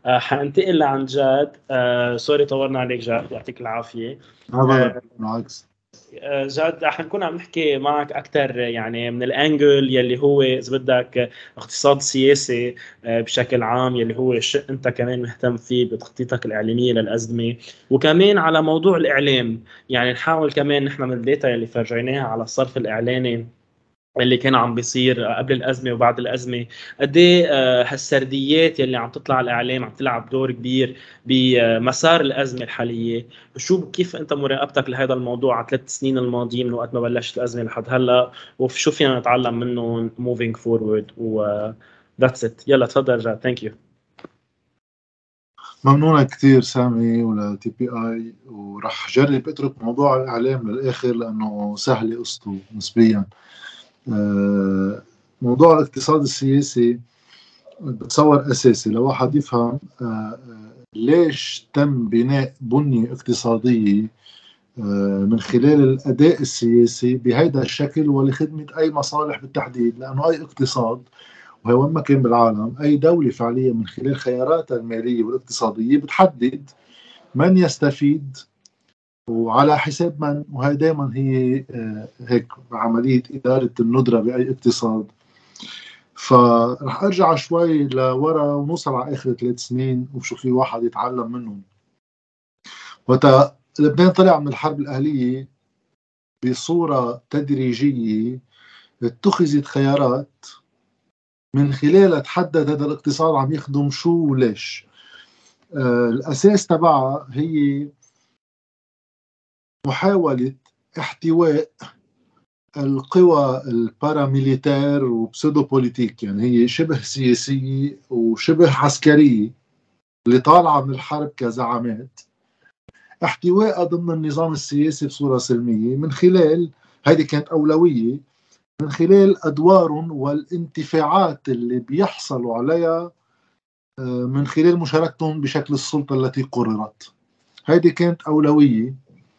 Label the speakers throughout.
Speaker 1: حننتقل لعن جاد. سوري طولنا عليك جاد، يعطيك العافية.
Speaker 2: ابدا
Speaker 1: آه،
Speaker 2: بالعكس.
Speaker 1: جاد رح نكون عم نحكي معك أكثر يعني من الأنجل يلي هو إذا بدك اقتصاد سياسي بشكل عام، يلي هو الشق أنت كمان مهتم فيه بتخطيطك الإعلامية للأزمة، وكمان على موضوع الإعلام. يعني نحاول كمان نحن من الداتا يلي فرجيناها على الصرف الإعلاني اللي كان عم بيصير قبل الأزمة وبعد الأزمة، قد ايه هالسرديات يلي عم تطلع على الإعلام عم تلعب دور كبير بمسار الأزمة الحالية. كيف أنت مراقبتك لهذا الموضوع على 3 سنين الماضيين من وقت ما بلشت الأزمة لحد هلا، وشو فينا نتعلم منه moving forward؟ و that's it. يلا تفضل جاد. ثانك يو.
Speaker 2: ممنونة كتير سامي ولا تي بي اي، ورح جرب اترك موضوع الاعلام للاخر لانه سهل قصته نسبيا. آه، موضوع الاقتصاد السياسي بتصور اساسي لو واحد يفهم ليش تم بناء بنية اقتصادية من خلال الاداء السياسي بهذا الشكل ولخدمة اي مصالح بالتحديد، لانه اي اقتصاد وهي وين ما كان بالعالم، أي دولة فعليا من خلال خياراتها المالية والاقتصادية بتحدد من يستفيد وعلى حساب من. وهي دائما هي هيك عملية إدارة الندرة بأي اقتصاد. فرح أرجع شوي لورا ونوصل على آخر 3 سنين وشو في واحد يتعلم منهم. وقتا لبنان طلع من الحرب الأهلية بصورة تدريجية اتخذت خيارات من خلالها تحدد هذا الاقتصاد عم يخدم شو وليش. الأساس تبعها هي محاولة احتواء القوى الباراميليتير وبسودو بوليتيك، يعني هي شبه سياسية وشبه عسكرية اللي طالعة من الحرب كزعامات، احتوائها ضمن النظام السياسي بصورة سلمية من خلال، هذه كانت أولوية، من خلال أدوارهم والانتفاعات اللي بيحصلوا عليها من خلال مشاركتهم بشكل السلطة التي قررت. هذه كانت أولوية.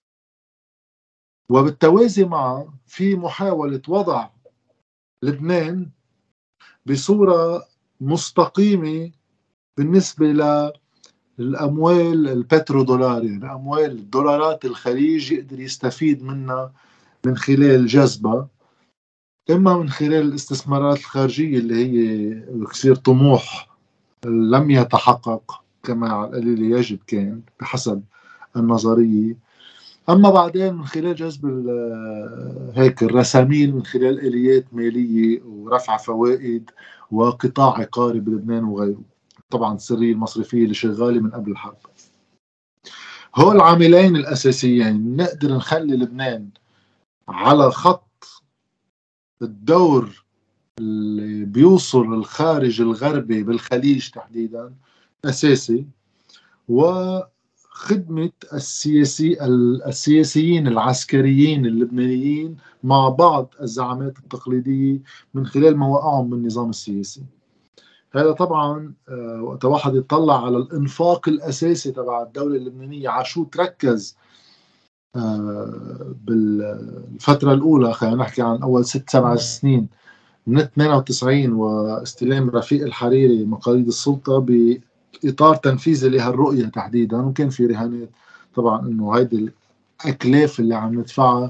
Speaker 2: وبالتوازي معه في محاولة وضع لبنان بصورة مستقيمة بالنسبة للأموال البترودولار، يعني أموال الدولارات الخليج يقدر يستفيد منها من خلال جذبها، إما من خلال الاستثمارات الخارجية اللي هي كثير طموح لم يتحقق كما على القليل يجب كان بحسب النظرية، أما بعدين من خلال جذب هيك الرسامين من خلال آليات مالية ورفع فوائد وقطاع عقاري بلبنان وغيره، طبعا السرية المصرفية اللي شغالة من قبل الحرب. هول العاملين الأساسيين نقدر نخلي لبنان على خط الدور اللي بيوصل الخارج الغربي بالخليج تحديدا أساسي، وخدمة السياسيين العسكريين اللبنانيين مع بعض الزعامات التقليدية من خلال مواقعهم بالنظام السياسي. هذا طبعا وقت واحد يطلع على الانفاق الأساسي تبع الدولة اللبنانية عشو تركز بالفترة الأولى، خلينا نحكي عن أول 6 7 سنين من 98 واستلام رفيق الحريري مقاليد السلطة بإطار تنفيذي لهالرؤية تحديدا. وكان في رهانات طبعا انه هيدي الاكلاف اللي عم ندفعها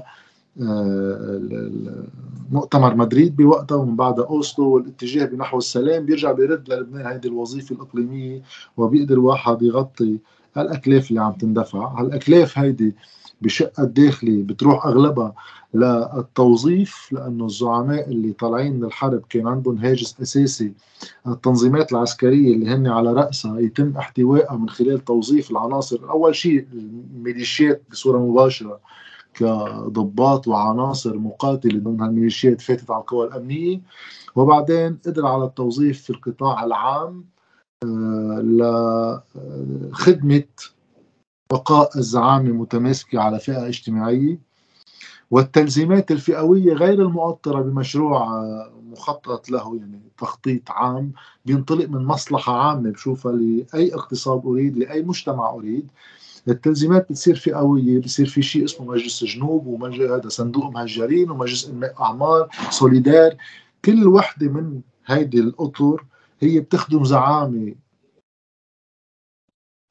Speaker 2: مؤتمر مدريد بوقتها ومن بعدها اوسلو والاتجاه بنحو السلام بيرجع بيرد للبنان هيدي الوظيفة الإقليمية، وبيقدر واحد يغطي هالأكلاف اللي عم تندفع. هالأكلاف هيدي بشقها الداخلي بتروح أغلبها للتوظيف، لأنه الزعماء اللي طالعين من الحرب كان عندهم هاجس أساسي التنظيمات العسكرية اللي هن على رأسها يتم احتوائها من خلال توظيف العناصر، أول شيء الميليشيات بصورة مباشرة كضباط وعناصر مقاتلة ضمن هالميليشيات فاتت على القوى الأمنية، وبعدين قدر على التوظيف في القطاع العام لخدمة بقاء الزعامة متماسكة على فئة اجتماعية، والتلزيمات الفئوية غير المؤطرة بمشروع مخطط له، يعني تخطيط عام بينطلق من مصلحة عامة بشوفها لأي اقتصاد أريد لأي مجتمع أريد. التلزيمات بتصير فئوية، بصير في شيء اسمه مجلس جنوب هذا صندوق مهجرين ومجلس إنماء أعمار سوليدار. كل وحدة من هيدي الأطر هي بتخدم زعامة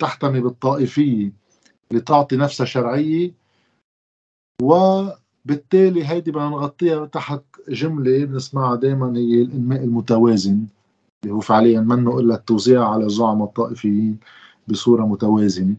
Speaker 2: تحتمي بالطائفية لتعطي نفسها شرعية، وبالتالي هيدي بدنا نغطيها تحت جملة بنسمعها دائما هي الإنماء المتوازن، اللي هو فعليا منه إلا التوزيع على الزعماء الطائفيين بصورة متوازنة.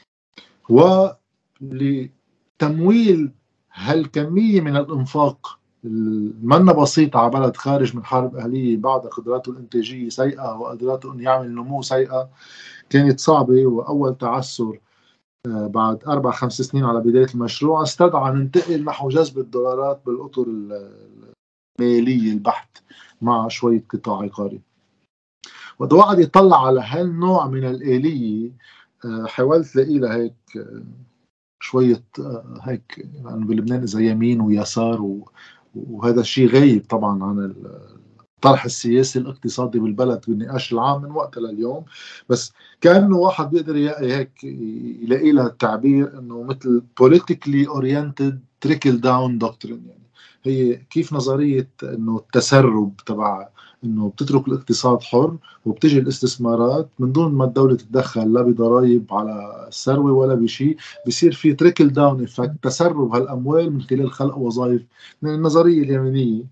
Speaker 2: ولتمويل هالكمية من الإنفاق منا بسيطة على بلد خارج من حرب أهلية بعد قدراته الإنتاجية سيئة وقدراته أن يعمل نمو سيئة كانت صعبة. وأول تعثر بعد 4-5 سنين على بداية المشروع استدعى ننتقل نحو جذب الدولارات بالأطر المالية البحت مع شوية قطاع عقاري. وده واحد يطلع على هالنوع من الآلية، حاولت لاقي لها هيك شوية هيك يعني بلبنان إذا يمين ويسار وهذا الشيء غايب طبعا عن الطرح السياسي الاقتصادي بالبلد بالنقاش العام من وقت لليوم. بس كأنه واحد بيقدر هيك يلاقي لها التعبير انه مثل politically oriented trickle down doctrine، يعني هي كيف نظرية انه التسرب تبع انه بتترك الاقتصاد حر وبتجي الاستثمارات من دون ما الدولة تتدخل لا بضرائب على الثروة ولا بشيء، بصير في تريكل داون افكت، تسرب هالاموال من خلال خلق وظائف. من النظرية اليمينية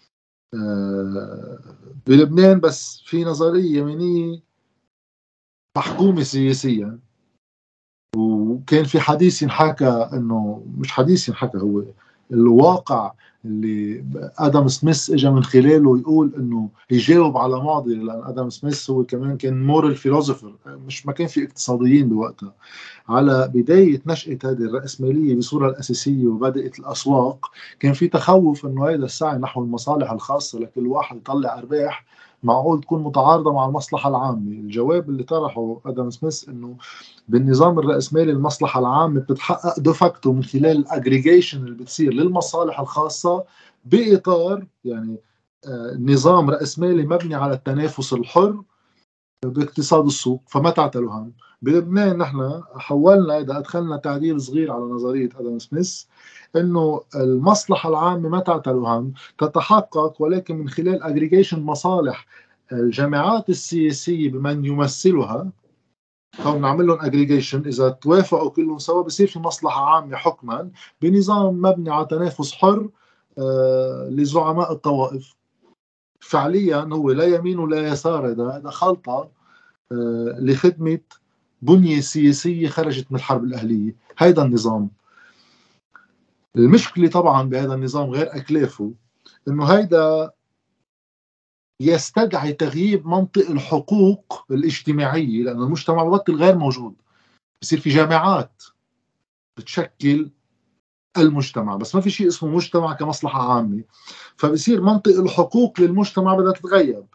Speaker 2: بلبنان، بس في نظرية يمينية محكومة سياسيا. وكان في حديث ينحكى انه مش حديث ينحكى، هو الواقع اللي ادم سميث اجى من خلاله يقول انه يجاوب على معضله، لان ادم سميث هو كمان كان مورال فيلوسوفر، مش ما كان في اقتصاديين بوقتها. على بدايه نشاه هذه الراسماليه بصوره الاساسيه وبدات الاسواق، كان في تخوف انه هذا السعي نحو المصالح الخاصه لكل واحد يطلع ارباح معقول تكون متعارضه مع المصلحه العامه. الجواب اللي طرحه ادم سميث انه بالنظام الرأسمالي المصلحة العامة بتتحقق دوفاكتو من خلال الاجريجيشن اللي بتصير للمصالح الخاصة بإطار يعني نظام رأسمالي مبني على التنافس الحر باقتصاد السوق. فما تعتلوا هم. بلبنان نحن حولنا، إذا أدخلنا تعديل صغير على نظرية آدم سميث، إنه المصلحة العامة ما تعتلوا هم تتحقق ولكن من خلال اجريجيشن مصالح الجماعات السياسية بمن يمثلها. او نعمل لهم اجريجيشن، اذا توافقوا كلهم سوا بصير في مصلحه عامه حكما بنظام مبني على تنافس حر لزعماء الطوائف. فعليا هو لا يمين ولا يسار، هذا خلطه لخدمه بنيه سياسيه خرجت من الحرب الاهليه. هذا النظام، المشكله طبعا بهذا النظام غير اكلافه انه هيدا يستدعي تغييب منطق الحقوق الاجتماعيه، لأن المجتمع ببطل غير موجود، بصير في جامعات بتشكل المجتمع بس ما في شيء اسمه مجتمع كمصلحة عامة. فبصير منطق الحقوق للمجتمع بدها تتغيب.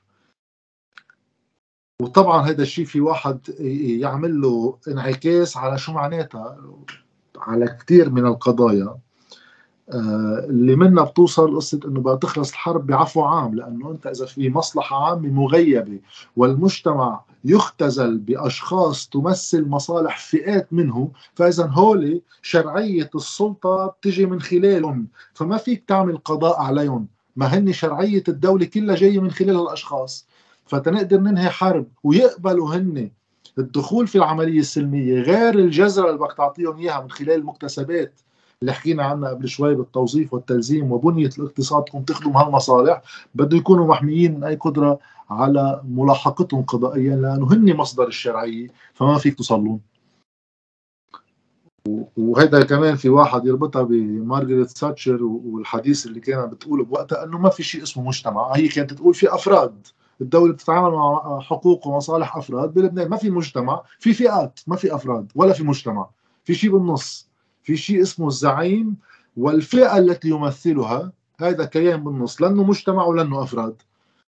Speaker 2: وطبعا هذا الشيء في واحد يعمل له انعكاس على شو معناتها على كثير من القضايا اللي منها بتوصل قصة انه بدها تخلص الحرب بعفو عام، لانه انت اذا في مصلحة عامة مغيبة والمجتمع يختزل باشخاص تمثل مصالح فئات منه، فاذا هولي شرعية السلطة بتجي من خلالهم، فما فيك تعمل قضاء عليهم، ما هن شرعية الدولة كلها جاية من خلال الاشخاص. فتنقدر ننهي حرب ويقبلوا هن الدخول في العملية السلمية غير الجزرة اللي بدك تعطيهم اياها من خلال المكتسبات اللي حكينا عنها قبل شوي بالتوظيف والتلزيم وبنية الاقتصاد تكون تخدم هالمصالح، بده يكونوا محميين من أي قدرة على ملاحقتهم قضائيا، لأنه هن مصدر الشرعية فما فيك تصلون. وهذا كمان في واحد يربطها بمارغريت ساتشر والحديث اللي كانت بتقوله بوقتها أنه ما في شيء اسمه مجتمع. هي كانت تقول في أفراد، الدولة بتتعامل مع حقوق ومصالح أفراد. بلبنان ما في مجتمع، في فئات، ما في أفراد ولا في مجتمع، في شيء بالنص، في شيء اسمه الزعيم والفئة التي يمثلها، هذا كيان بالنص، لأنه مجتمع ولأنه أفراد.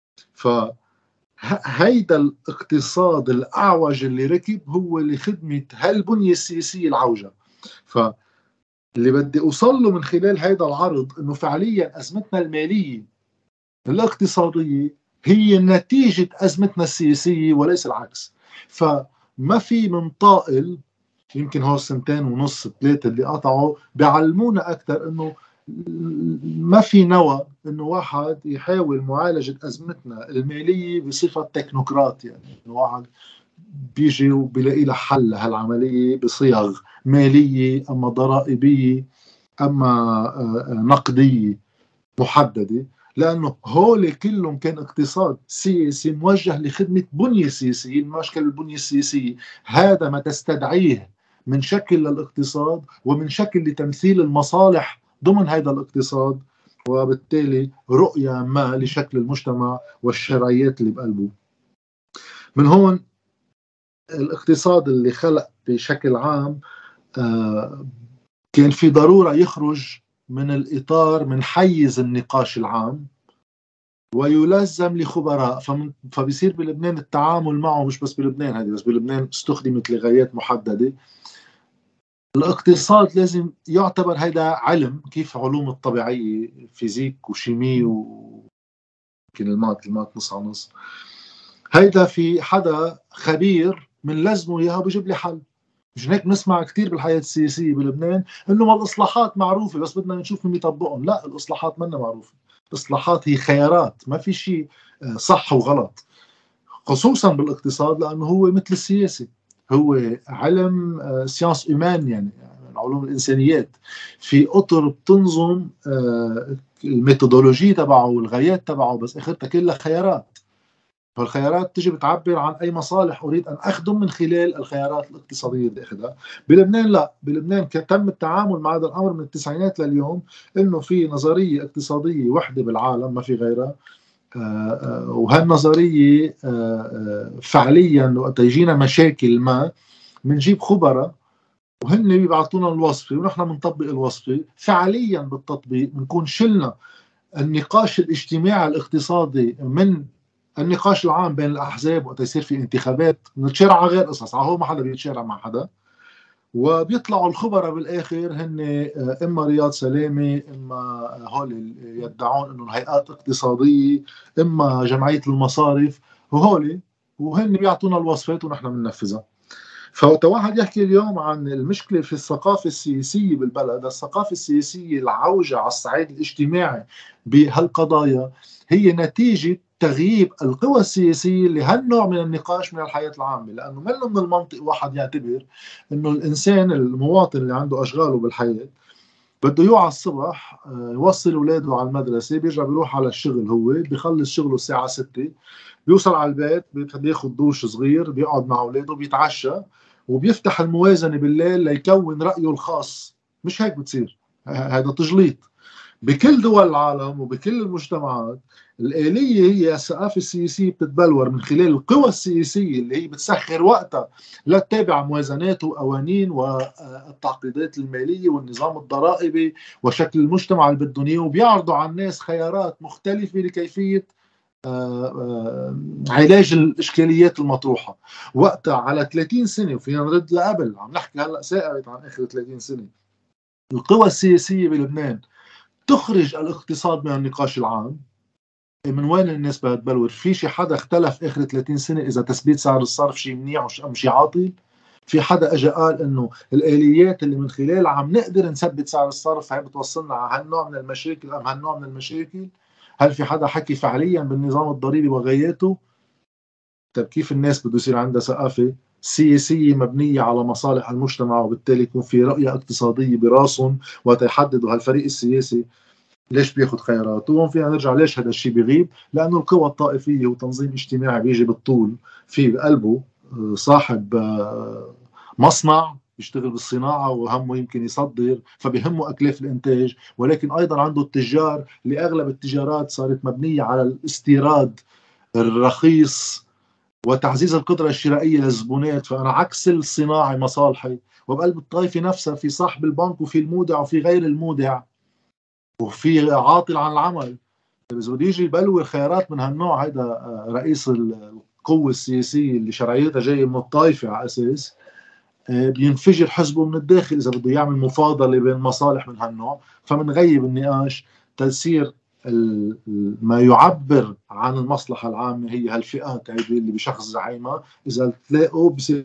Speaker 2: فهيدا الاقتصاد الأعوج اللي ركب هو لخدمة هالبنية السياسية العوجة. فاللي بدي أوصل له من خلال هيدا العرض إنه فعليا أزمتنا المالية الاقتصادية هي نتيجة أزمتنا السياسية وليس العكس. فما في من طائل، يمكن هو 2.5-3 اللي قطعوا بيعلمونا أكثر إنه ما في نوى إنه واحد يحاول معالجة أزمتنا المالية بصفة تكنوقراط، يعني إنه واحد بيجي وبيلاقي لها حل لهالعملية بصيغ مالية أما ضرائبية أما نقدية محددة، لأنه هول كلهم كان اقتصاد سياسي موجه لخدمة بنية سياسية من أشكال البنية السياسية. هذا ما تستدعيه من شكل للاقتصاد ومن شكل لتمثيل المصالح ضمن هذا الاقتصاد، وبالتالي رؤية ما لشكل المجتمع والشرعيات اللي بقلبه. من هون الاقتصاد اللي خلق بشكل عام كان في ضرورة يخرج من الإطار من حيز النقاش العام ويلزم لخبراء. فبيصير بلبنان التعامل معه، مش بس بلبنان، هذه بس بلبنان استخدمت لغايات محددة. الاقتصاد لازم يعتبر هذا علم كيف علوم الطبيعية فيزيك وشيمي ويمكن المات نص على نص. هيدا في حدا خبير من لازمه اياه بيجيب لي حل. مش هيك بنسمع كثير بالحياة السياسية بلبنان انه ما الاصلاحات معروفة بس بدنا نشوف مين يطبقهم. لا، الاصلاحات منا معروفة. الاصلاحات هي خيارات، ما في شيء صح وغلط، خصوصا بالاقتصاد لانه هو مثل السياسة، هو علم سيانس ايمان، يعني علوم الانسانيات. في اطر بتنظم الميثودولوجي تبعه والغايات تبعه، بس اخرتها كلها خيارات. فالخيارات تجي بتعبر عن اي مصالح اريد ان اخدم من خلال الخيارات الاقتصاديه اللي اخذها. بلبنان لا، بلبنان تم التعامل مع هذا الامر من التسعينات لليوم، انه في نظريه اقتصاديه وحده بالعالم ما في غيرها. وهالنظريه فعليا وقت يجينا مشاكل ما بنجيب خبراء وهن بيبعثونا الوصفه ونحن بنطبق الوصفه. فعليا بالتطبيق بنكون شلنا النقاش الاجتماعي الاقتصادي من النقاش العام بين الاحزاب وقت يصير في انتخابات، نتشارع على غير قصص، هو ما حدا بيتشارع مع حدا. وبيطلعوا الخبراء بالاخر هن اما رياض سلامه، اما هول اللي يدعون انه هيئات اقتصاديه، اما جمعيه المصارف، وهول وهن بيعطونا الوصفات ونحن بننفذها. فوقت واحد يحكي اليوم عن المشكله في الثقافه السياسيه بالبلد، الثقافه السياسيه العوجه على الصعيد الاجتماعي بهالقضايا هي نتيجه تغييب القوى السياسيه لهالنوع من النقاش من الحياه العامه. لانه من المنطق واحد يعتبر انه الانسان المواطن اللي عنده اشغاله بالحياه بده يوعى الصبح يوصل اولاده على المدرسه، بيرجع بيروح على الشغل، هو بيخلص شغله الساعه 6، بيوصل على البيت بياخذ دوش صغير، بيقعد مع اولاده، بيتعشى، وبيفتح الموازنه بالليل ليكون رايه الخاص. مش هيك بتصير، هذا تجليط. بكل دول العالم وبكل المجتمعات الآلية هي الثقافة السياسية بتتبلور من خلال القوى السياسية اللي هي بتسخر وقتها لتتابع موازنات وقوانين والتعقيدات المالية والنظام الضرائبي وشكل المجتمع اللي بدهم اياه، وبيعرضوا على الناس خيارات مختلفة لكيفية علاج الإشكاليات المطروحة. وقتها على 30 سنة، وفينا نرد لقبل، عم نحكي هلأ سائرت عن آخر 30 سنة، القوى السياسية بلبنان تخرج الاقتصاد من النقاش العام. من وين الناس بدها تبلور؟ في شي حدا اختلف اخر 30 سنه اذا تثبيت سعر الصرف شيء منيح ام شيء عاطل؟ في حدا اجى قال انه الاليات اللي من خلالها عم نقدر نثبت سعر الصرف هي بتوصلنا على هالنوع من المشاكل ام هالنوع من المشاكل؟ هل في حدا حكي فعليا بالنظام الضريبي وغاياته؟ طيب كيف الناس بده يصير عندها ثقافه سياسيه مبنيه على مصالح المجتمع وبالتالي يكون في رؤيه اقتصاديه براسهم وقت يحددوا هالفريق السياسي ليش بياخذ خيارات؟ وهون فينا نرجع ليش هذا الشيء بيغيب؟ لانه القوى الطائفيه وتنظيم اجتماعي بيجي بالطول في بقلبه صاحب مصنع بيشتغل بالصناعه وهمه يمكن يصدر فبيهمه اكلاف الانتاج، ولكن ايضا عنده التجار اللي اغلب التجارات صارت مبنيه على الاستيراد الرخيص وتعزيز القدره الشرائيه للزبونات. فانا عكس الصناعي مصالحي، وبقلب الطائفه نفسها في صاحب البنك وفي المودع وفي غير المودع وفي عاطل عن العمل. اذا بده يجي يبلور خيارات من هالنوع، هيدا رئيس القوه السياسيه اللي شرعيتها جايه من الطائفه على اساس بينفجر حزبه من الداخل اذا بده يعمل مفاضله بين مصالح من هالنوع. فمنغيب النقاش تسير ما يعبر عن المصلحه العامه هي هالفئات هيدي اللي بشخص زعيمه اذا تلاقوا بصير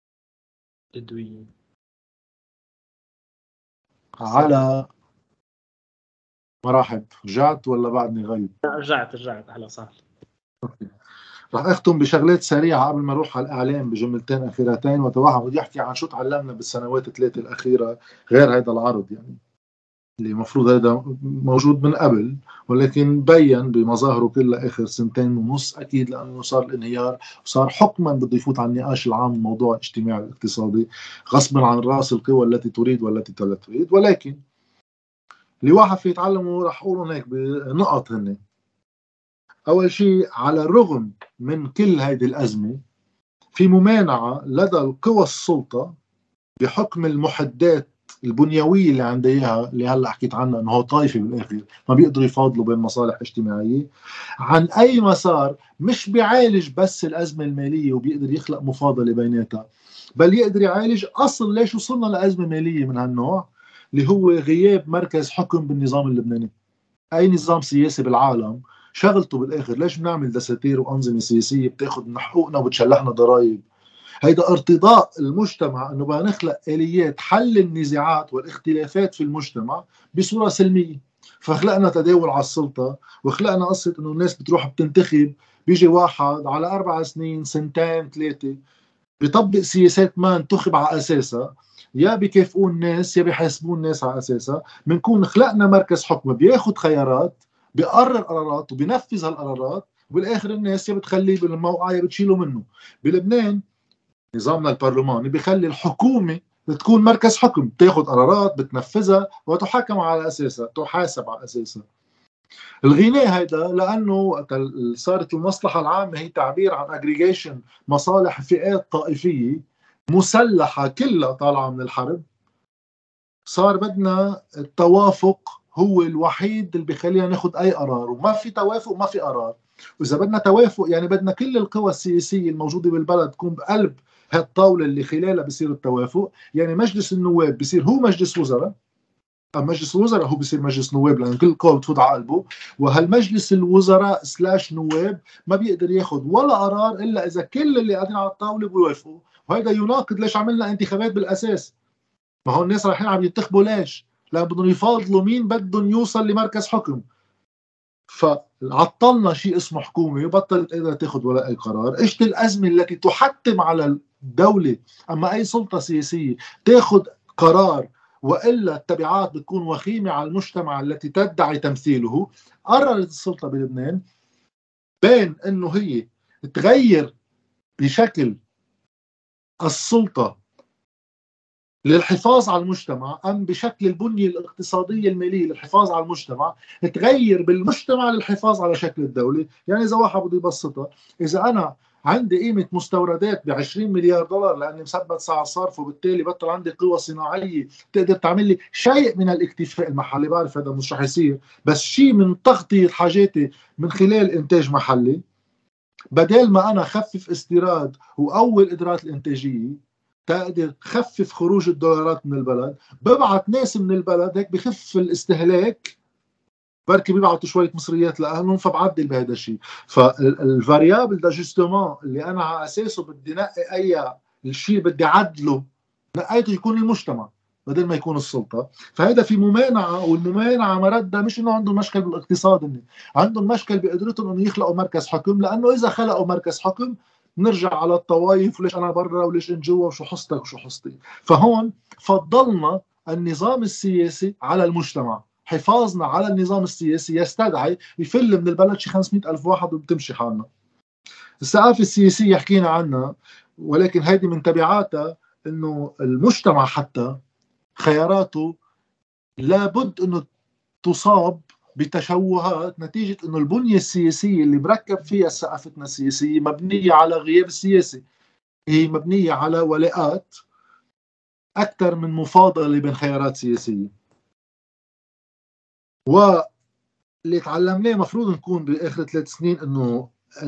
Speaker 1: تدوين
Speaker 2: على مرحب، رجعت ولا بعدني غايب؟
Speaker 1: رجعت اهلا وسهلا.
Speaker 2: رح اختم بشغلات سريعه قبل ما اروح على الاعلام بجملتين اخيرتين، وتوحد بدي احكي عن شو تعلمنا بالسنوات الثلاثه الاخيره غير هذا العرض يعني اللي المفروض هذا موجود من قبل، ولكن بين بمظاهره كلها اخر سنتين ونص اكيد، لانه صار الانهيار وصار حكما بده يفوت على النقاش العام الموضوع الاجتماعي الاقتصادي غصبا عن راس القوى التي تريد والتي لا تريد. ولكن اللي واحد في يتعلمه رح اقولهم هيك بنقط هن. اول شيء، على الرغم من كل هذه الازمه في ممانعه لدى القوى السلطه بحكم المحدات البنيويه اللي عندها اياها، اللي هلا حكيت عنها انه هو طائفي بالاخر ما بيقدروا يفاضلوا بين مصالح اجتماعيه، عن اي مسار مش بيعالج بس الازمه الماليه وبيقدر يخلق مفاضله بيناتها، بل يقدر يعالج اصل ليش وصلنا لازمه ماليه من هالنوع، اللي هو غياب مركز حكم بالنظام اللبناني. اي نظام سياسي بالعالم شغلته بالاخر ليش بنعمل دساتير وانظمه سياسيه بتاخذ من حقوقنا وبتشلحنا ضرائب؟ هيدا ارتضاء المجتمع انه بدنا نخلق اليات حل النزاعات والاختلافات في المجتمع بصوره سلميه. فخلقنا تداول على السلطه، وخلقنا قصه انه الناس بتروح بتنتخب، بيجي واحد على 4 سنين سنتين ثلاثه بيطبق سياسات ما انتخب على اساسها، يا بيكافئوا الناس يا بيحاسبوا الناس على اساسها. بنكون خلقنا مركز حكم بياخذ خيارات، بيقرر قرارات وبينفذ هالقرارات، وبالاخر الناس يا بتخليه بالموقع يا بتشيله منه. بلبنان نظامنا البرلماني بيخلي الحكومه تكون مركز حكم، تاخذ قرارات بتنفذها وتحكم على اساسها، تحاسب على اساسها. الغناء هيدا لانه وقت صارت المصلحه العامه هي تعبير عن اجريجيشن مصالح فئات طائفيه مسلحه كلها طالعه من الحرب، صار بدنا التوافق هو الوحيد اللي بيخلينا ناخذ اي قرار، وما في توافق ما في قرار. واذا بدنا توافق يعني بدنا كل القوى السياسيه الموجوده بالبلد تكون بقلب هالطاوله اللي خلالها بصير التوافق. يعني مجلس النواب بصير هو مجلس وزراء، مجلس الوزراء هو بصير مجلس نواب لأن كل القوى بتفوت على قلبه، وهالمجلس الوزراء سلاش نواب ما بيقدر ياخذ ولا قرار إلا إذا كل اللي قاعدين على الطاولة بيوافقوا. وهذا يناقض ليش عملنا انتخابات بالأساس. ما هو الناس رايحين عم ينتخبوا ليش؟ لأن بدهم يفاضلوا مين بدهم يوصل لمركز حكم. فعطلنا شيء اسمه حكومة وبطلت قادرة تاخذ ولا أي قرار. اجت الأزمة التي تحتم على الدولة أما أي سلطة سياسية تاخذ قرار وإلا التبعات بتكون وخيمة على المجتمع التي تدعي تمثيله. قررت السلطة بلبنان بين أنه هي تغير بشكل السلطة للحفاظ على المجتمع أم بشكل البنية الاقتصادية المالية للحفاظ على المجتمع، تغير بالمجتمع للحفاظ على شكل الدولة. يعني إذا واحد بده يبسطها، إذا أنا عندي قيمة مستوردات ب 20 مليار دولار لأني مثبت سعر صرف وبالتالي بطل عندي قوة صناعية تقدر تعمل لي شيء من الاكتفاء المحلي، بعرف هذا مش رح يصير بس شيء من تغطية حاجاتي من خلال إنتاج محلي، بدل ما أنا خفف استيراد وأول قدرات الإنتاجية تقدر خفف خروج الدولارات من البلد، ببعث ناس من البلد هيك بخف الاستهلاك، بركي بيبعثوا شويه مصريات لاهلهم فبعدل بهذا الشيء. فالفاريابل داجستمون اللي انا على اساسه بدي نقي اي الشيء بدي عدله، نقيته يكون المجتمع بدل ما يكون السلطه. فهذا في ممانعه، والممانعه مردها مش انه عندهم مشكل بالاقتصاد، عندهم مشكل بقدرتهم انه يخلقوا مركز حكم، لانه اذا خلقوا مركز حكم نرجع على الطوائف وليش انا برا وليش انت جوا وشو حصتك وشو حصتي. فهون فضلنا النظام السياسي على المجتمع. حفاظنا على النظام السياسي يستدعي يفل من البلد شي 500 ألف واحد وبتمشي حالنا. الثقافة السياسية حكينا عنها، ولكن هذه من تبعاتها انه المجتمع حتى خياراته لابد انه تصاب بتشوهات نتيجة انه البنية السياسية اللي مركب فيها ثقافتنا السياسية مبنية على غياب السياسي، هي مبنية على ولاءات أكثر من مفاضلة بين خيارات سياسية. واللي تعلمناه مفروض نكون بآخر 3 سنين انه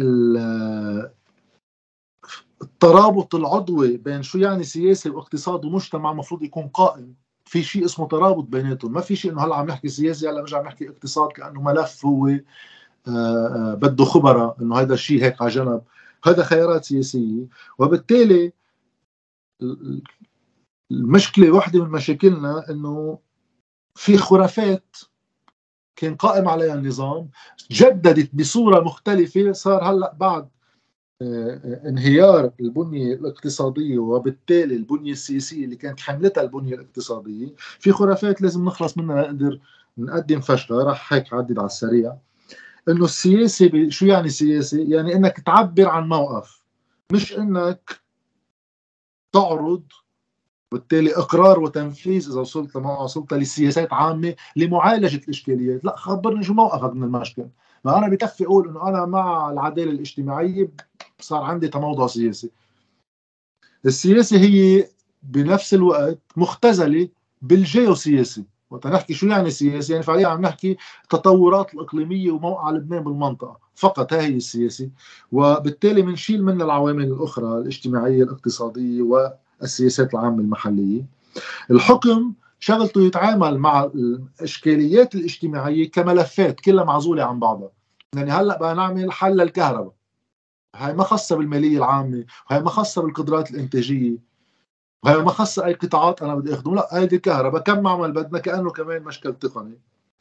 Speaker 2: الترابط العضوي بين شو يعني سياسة واقتصاد ومجتمع مفروض يكون قائم. في شيء اسمه ترابط بيناتهم، ما في شيء انه هلا عم نحكي سياسي هلا مش عم نحكي اقتصاد كانه ملف هو بده خبراء انه هذا الشيء هيك على جنب. هذا خيارات سياسيه، وبالتالي المشكله واحده من مشاكلنا انه في خرافات كان قائم عليها النظام، جددت بصورة مختلفة. صار هلأ بعد انهيار البنية الاقتصادية وبالتالي البنية السياسية اللي كانت حملتها البنية الاقتصادية، في خرافات لازم نخلص منها نقدر نقدم فشلها. راح هيك عدد على السريع. انه السياسة شو يعني سياسة؟ يعني انك تعبر عن موقف، مش انك تعرض بالتالي اقرار وتنفيذ. اذا وصلت وصلت لسياسات عامه لمعالجه الاشكاليات، لا خبرني شو موقفك من المشكل. ما انا بكفي اقول انه انا مع العداله الاجتماعيه، صار عندي تموضع سياسي. السياسه هي بنفس الوقت مختزله بالجيوسياسي. وقت نحكي شو يعني سياسي، يعني فعليا عم نحكي التطورات الاقليميه وموقع لبنان بالمنطقه فقط، هاي هي السياسه. وبالتالي بنشيل منها العوامل الاخرى الاجتماعيه الاقتصاديه والسياسات العامه المحليه. الحكم شغلته يتعامل مع الاشكاليات الاجتماعيه كملفات كلها معزوله عن بعضها. يعني هلا بدنا نعمل حل للكهرباء، هاي ما خاصه بالماليه العامه، وهي ما خاصه بالقدرات الانتاجيه، وهي ما خاصه اي قطاعات انا بدي اخدم. لا، هيدي الكهرباء كم معمل بدنا، كانه كمان مشكل تقني.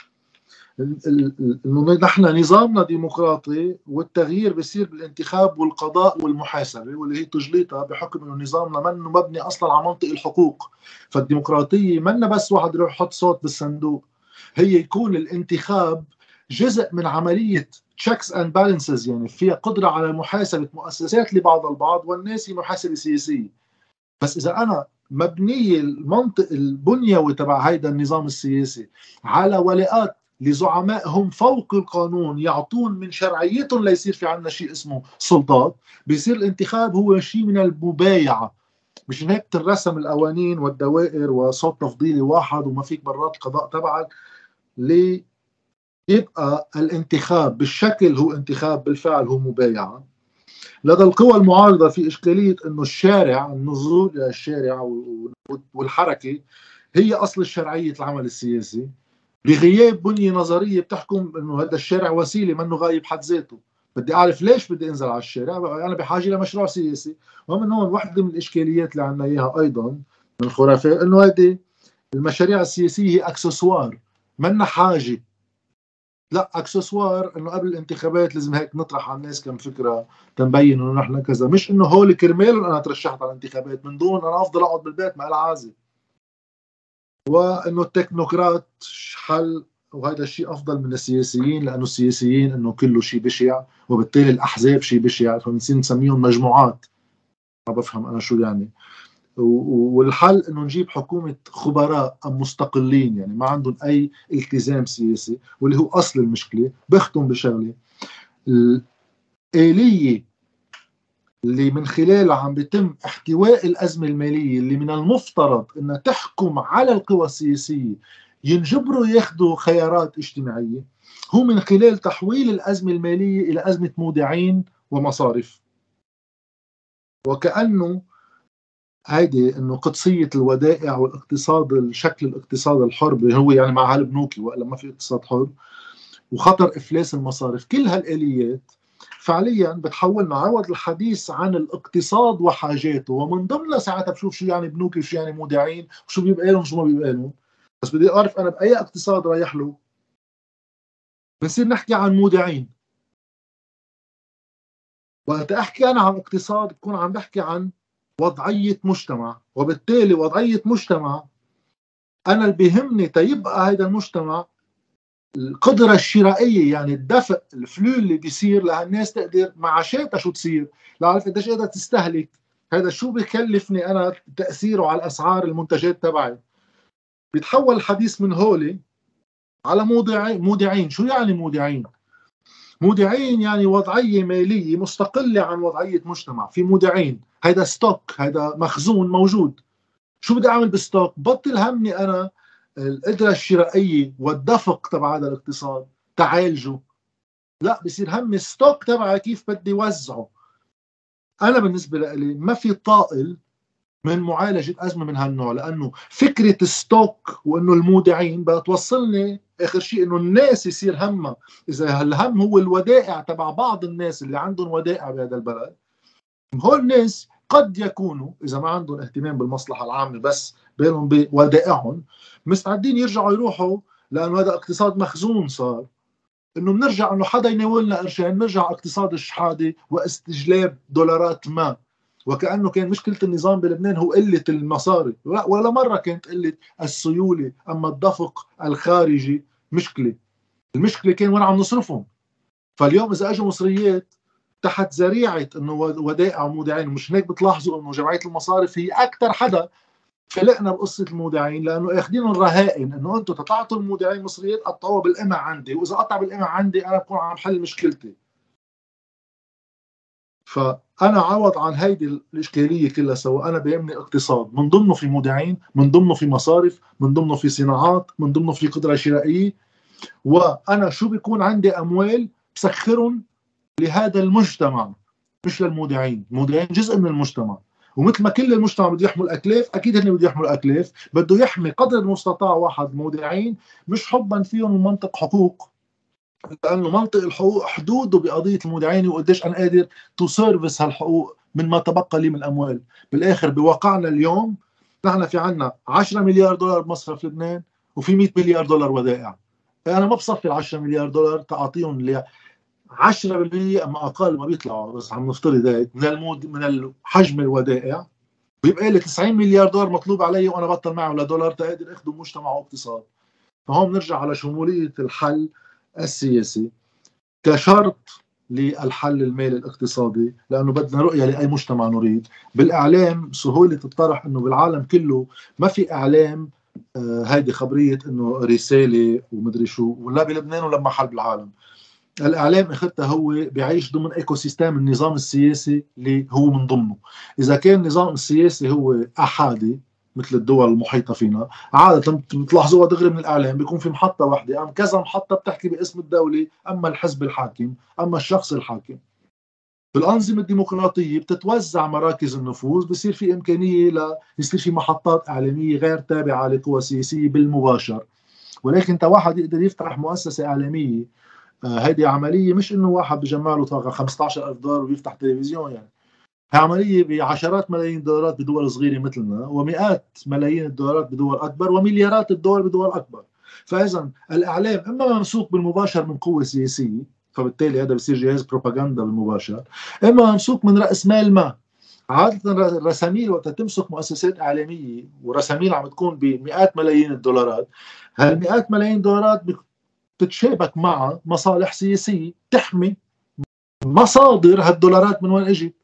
Speaker 2: نحن نظامنا ديمقراطي، والتغيير بيصير بالانتخاب والقضاء والمحاسبه، واللي هي تجليطها بحكم انه نظامنا منه مبني اصلا على منطق الحقوق. فالديمقراطيه منا بس واحد يروح يحط صوت بالصندوق، هي يكون الانتخاب جزء من عمليه تشيكس اند بالانسز، يعني فيها قدره على محاسبه مؤسسات لبعض البعض، والناس هي محاسبه سياسيه. بس اذا انا مبنيه المنطق البنيوي تبع هيدا النظام السياسي على ولاءات لزعماء هم فوق القانون يعطون من شرعيتهم ليصير في عندنا شيء اسمه سلطات، بيصير الانتخاب هو شيء من المبايعه. مش هيك ترسم القوانين والدوائر وصوت تفضيلي واحد وما فيك برات القضاء تبعك، ليبقى الانتخاب بالشكل هو انتخاب، بالفعل هو مبايعه. لدى القوى المعارضة في إشكالية أنه الشارع، النزول إلى الشارع والحركة هي أصل الشرعية العمل السياسي، بغياب بنية نظرية بتحكم أنه هذا الشارع وسيلة منه غايب حد ذاته. بدي أعرف ليش بدي أنزل على الشارع، أنا بحاجة لمشروع سياسي. ومن هون واحدة من الإشكاليات اللي عندنا إياها أيضا من الخرافات، أنه هذه المشاريع السياسية هي أكسسوار، منا حاجة. لا، اكسسوار، انه قبل الانتخابات لازم هيك نطرح على الناس كم فكره تنبين انه نحن كذا، مش انه هول كرمالهم انا ترشحت على الانتخابات، من دون انا افضل اقعد بالبيت مع العازي. وانه التكنوقراط حل، وهذا الشيء افضل من السياسيين، لانه السياسيين انه كله شيء بشع، وبالتالي الاحزاب شيء بشع، فبنصير نسميهم مجموعات. ما بفهم انا شو يعني. والحل انه نجيب حكومه خبراء مستقلين، يعني ما عندهم اي التزام سياسي، واللي هو اصل المشكله. بختم بشغله، الآلية اللي من خلالها عم بيتم احتواء الأزمة المالية، اللي من المفترض أنها تحكم على القوى السياسية ينجبروا ياخذوا خيارات اجتماعية، هو من خلال تحويل الأزمة المالية إلى أزمة مودعين ومصارف. وكأنه هيدي انه قدسيه الودائع والاقتصاد، الشكل الاقتصاد الحر هو يعني مع هالبنوكي، والا ما في اقتصاد حر، وخطر افلاس المصارف. كل هالاليات فعليا بتحولنا عوض الحديث عن الاقتصاد وحاجاته، ومن ضمنها ساعتها بشوف شو يعني بنوكي وشو يعني مودعين وشو بيبقى لهم شو ما بيبقى لهم. بس بدي اعرف انا باي اقتصاد رايح له. بنصير نحكي عن مودعين. وقت احكي انا عن اقتصاد بكون عم بحكي عن وضعيه مجتمع، وبالتالي وضعيه مجتمع انا اللي بيهمني تيبقى هذا المجتمع القدرة الشرائية، يعني الدفع، الفلو اللي بيصير لهالناس تقدر معاشاتها شو تصير، لعرف قديش قادرة تستهلك. هذا شو بكلفني أنا تأثيره على أسعار المنتجات تبعي. بيتحول الحديث من هولي على مودعين. شو يعني مودعين؟ مودعين يعني وضعية مالية مستقلة عن وضعية مجتمع. في مودعين، هذا ستوك، هذا مخزون موجود. شو بدي أعمل بالستوك؟ بطل همني أنا القدرة الشرائية والدفق تبع هذا الاقتصاد تعالجه، لا، بصير هم الستوك تبعي كيف بدي وزعه. أنا بالنسبة لي ما في طائل من معالجة أزمة من هالنوع، لأنه فكرة الستوك وإنه المودعين بتوصلني آخر شيء إنه الناس يصير همها، إذا الهم هو الودائع تبع بعض الناس اللي عندهم ودائع بهذا البلد، هول الناس قد يكونوا إذا ما عندهم اهتمام بالمصلحة العامة بس بالهم بودائعهم، مستعدين يرجعوا يروحوا لانه هذا اقتصاد مخزون صار، انه بنرجع انه حدا يناولنا قرشين، نرجع اقتصاد الشحاده واستجلاب دولارات ما. وكانه كان مشكله النظام بلبنان هو قله المصاري، ولا مره كانت قله السيوله، اما الدفق الخارجي مشكله. المشكله كان وين عم نصرفهم. فاليوم اذا اجوا مصريات تحت ذريعه انه ودائع ومودعين، مش هيك بتلاحظوا انه جمعيه المصارف هي اكثر حدا فلقنا بقصه المودعين، لانه اخذينهم رهائن انه انتم تتعطوا المودعين مصريات قطعوها بالقمع عندي، واذا قطع بالقمع عندي انا بكون عم حل مشكلتي. فانا عوض عن هيدي الاشكاليه كلها سوا، انا بيهمني اقتصاد من ضمنه في مودعين، من ضمنه في مصارف، من ضمنه في صناعات، من ضمنه في قدره شرائيه. وانا شو بيكون عندي اموال بسخرهم لهذا المجتمع مش للمودعين. المودعين جزء من المجتمع، ومثل ما كل المجتمع بده يحمل اكلاف، اكيد هن بده يحملوا اكلاف، بده يحمي قدر المستطاع واحد مودعين، مش حبا فيهم من منطق حقوق، لانه منطق الحقوق حدوده بقضيه المودعين وقديش انا قادر تو سيرفيس هالحقوق من ما تبقى لي من الاموال. بالاخر بواقعنا اليوم نحن في عنا 10 مليار دولار بمصرف لبنان، وفي 100 مليار دولار ودائع. انا ما بصفي ال 10 مليار دولار تعطيهم 10% اما اقل ما بيطلعوا، بس عم نفترض هيك من الحجم الودائع، بيبقى لي 90 مليار دولار مطلوب علي وانا بطل معه ولا دولار تقدر اخذه مجتمع واقتصاد. فهون بنرجع على شموليه الحل السياسي كشرط للحل المالي الاقتصادي، لانه بدنا رؤيه لاي مجتمع نريد. بالاعلام سهوله الطرح انه بالعالم كله ما في اعلام، هيدي خبريه انه رساله ومدري شو، ولا بلبنان ولا محل بالعالم. الاعلام اخرتها هو بيعيش ضمن ايكو سيستم النظام السياسي اللي هو من ضمنه. اذا كان النظام السياسي هو احادي مثل الدول المحيطه فينا، عاده بتلاحظوها دغري من الاعلام بيكون في محطه واحده ام كذا محطه بتحكي باسم الدوله، اما الحزب الحاكم، اما الشخص الحاكم. بالأنظمة الديمقراطية بتتوزع مراكز النفوذ، بصير في إمكانية يصير في محطات إعلامية غير تابعة لقوى سياسية بالمباشر. ولكن واحد يقدر يفتح مؤسسة إعلامية، هيدي عملية مش إنه واحد بجمع له طاقة 15,000 دولار ويفتح تلفزيون. يعني هي عملية بعشرات ملايين الدولارات بدول صغيرة مثلنا، ومئات ملايين الدولارات بدول أكبر، ومليارات الدول بدول أكبر. فإذا الإعلام إما ممسوك بالمباشر من قوة سياسية، فبالتالي هذا بصير جهاز بروباغندا بالمباشر، إما ممسوك من رأس مال ما. عادة الرساميل وقت تمسك مؤسسات إعلامية، ورساميل عم تكون بمئات ملايين الدولارات، هالمئات ملايين الدولارات تتشابك مع مصالح سياسية تحمي مصادر هالدولارات من وين اجت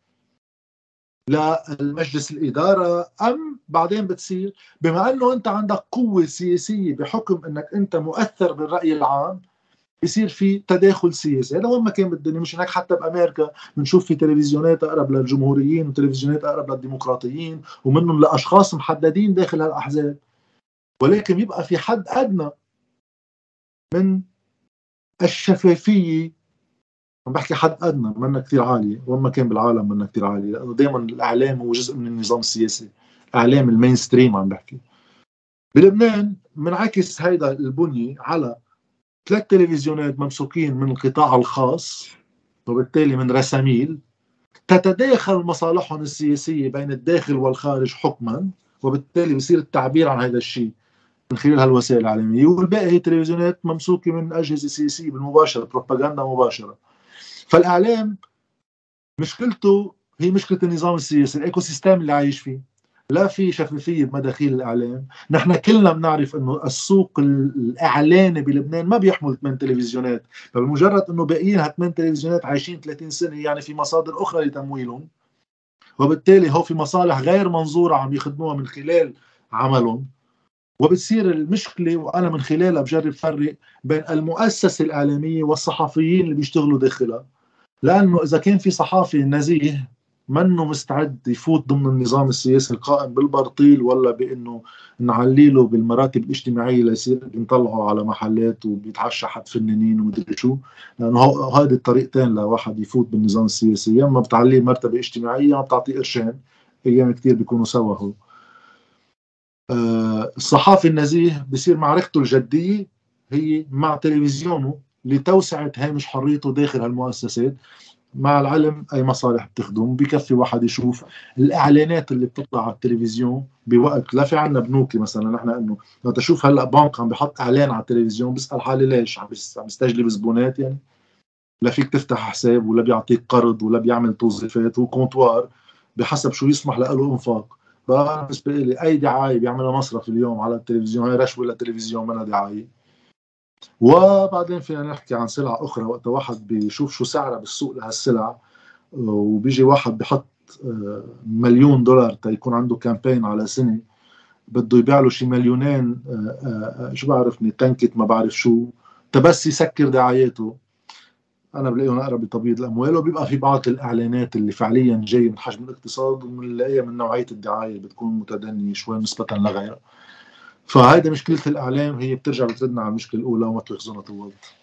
Speaker 2: للمجلس الإدارة. أم بعدين بتصير بما أنه أنت عندك قوة سياسية بحكم أنك أنت مؤثر بالرأي العام، بيصير في تداخل سياسي. هذا وين ما كان بالدنيا، مش هناك حتى بأمريكا بنشوف في تلفزيونات أقرب للجمهوريين وتلفزيونات أقرب للديمقراطيين، ومنهم لأشخاص محددين داخل هالأحزاب، ولكن يبقى في حد أدنى من الشفافية. عم بحكي حد ادنى، منا كثير عاليه، وين ما كان بالعالم منا كثير عاليه، لانه دائما الاعلام هو جزء من النظام السياسي، اعلام المين ستريم. عم بحكي بلبنان منعكس هيدا البنيه على 3 تلفزيونات ممسوكين من القطاع الخاص، وبالتالي من رساميل تتداخل مصالحهم السياسيه بين الداخل والخارج حكما، وبالتالي بصير التعبير عن هذا الشيء من خلال هالوسائل الاعلاميه. والباقي هي تلفزيونات ممسوكه من اجهزه سياسيه بالمباشره، بروباغندا مباشره. فالاعلام مشكلته هي مشكله النظام السياسي، الايكو سيستم اللي عايش فيه. لا في شفافيه بمداخيل الاعلام. نحن كلنا بنعرف انه السوق الاعلاني بلبنان ما بيحمل 8 تلفزيونات، فبمجرد انه باقيين 8 تلفزيونات عايشين 30 سنه، يعني في مصادر اخرى لتمويلهم، وبالتالي هو في مصالح غير منظوره عم يخدموها من خلال عملهم. وبتصير المشكله، وانا من خلالها بجرب فرق بين المؤسسه الاعلاميه والصحفيين اللي بيشتغلوا داخلها. لأنه إذا كان في صحافي نزيه منه مستعد يفوت ضمن النظام السياسي القائم بالبرطيل، ولا بأنه نعليله بالمراتب الاجتماعية ليصير بنطلعه على محلات وبيتعشى حد فنانين ومدري شو، لأنه هذه الطريقتين لواحد يفوت بالنظام السياسي، يا اما بتعليه مرتبة اجتماعية يا بتعطيه قرشين، أيام كتير بيكونوا سوا. هو الصحافي النزيه بصير معركته الجدية هي مع تلفزيونه لتوسعة هامش حريته داخل هالمؤسسات، مع العلم اي مصالح بتخدم. بكفي واحد يشوف الاعلانات اللي بتطلع على التلفزيون بوقت لا في عنا بنوكي مثلا. نحن انه لو تشوف هلا بنك عم بحط اعلان على التلفزيون بسال حالي ليش عم يستجلب زبونات يعني؟ لا فيك تفتح حساب ولا بيعطيك قرض ولا بيعمل توظيفات، هو كونتوار بحسب شو يسمح له انفاق. بقى بالنسبه لي اي دعايه بيعملها مصرف اليوم على التلفزيون هي رشوه للتلفزيون منها دعايه. وبعدين فينا نحكي عن سلعه اخرى، وقت واحد بيشوف شو سعرها بالسوق لهالسلع وبيجي واحد بحط $1,000,000 تيكون عنده كامبين على سنه، بده يبيع له شي مليونين شو بعرفني تنكت ما بعرف شو تبس يسكر دعاياته. انا بلاقيهم اقرب لتبييض الاموال. وبيبقى في بعض الاعلانات اللي فعليا جايه من حجم الاقتصاد وبنلاقيها من نوعيه الدعايه اللي بتكون متدنيه شوي نسبه لغيرها. فهيدا مشكله الاعلام، هي بترجع بتردنا على المشكله الاولى وما تلغزونا طوال.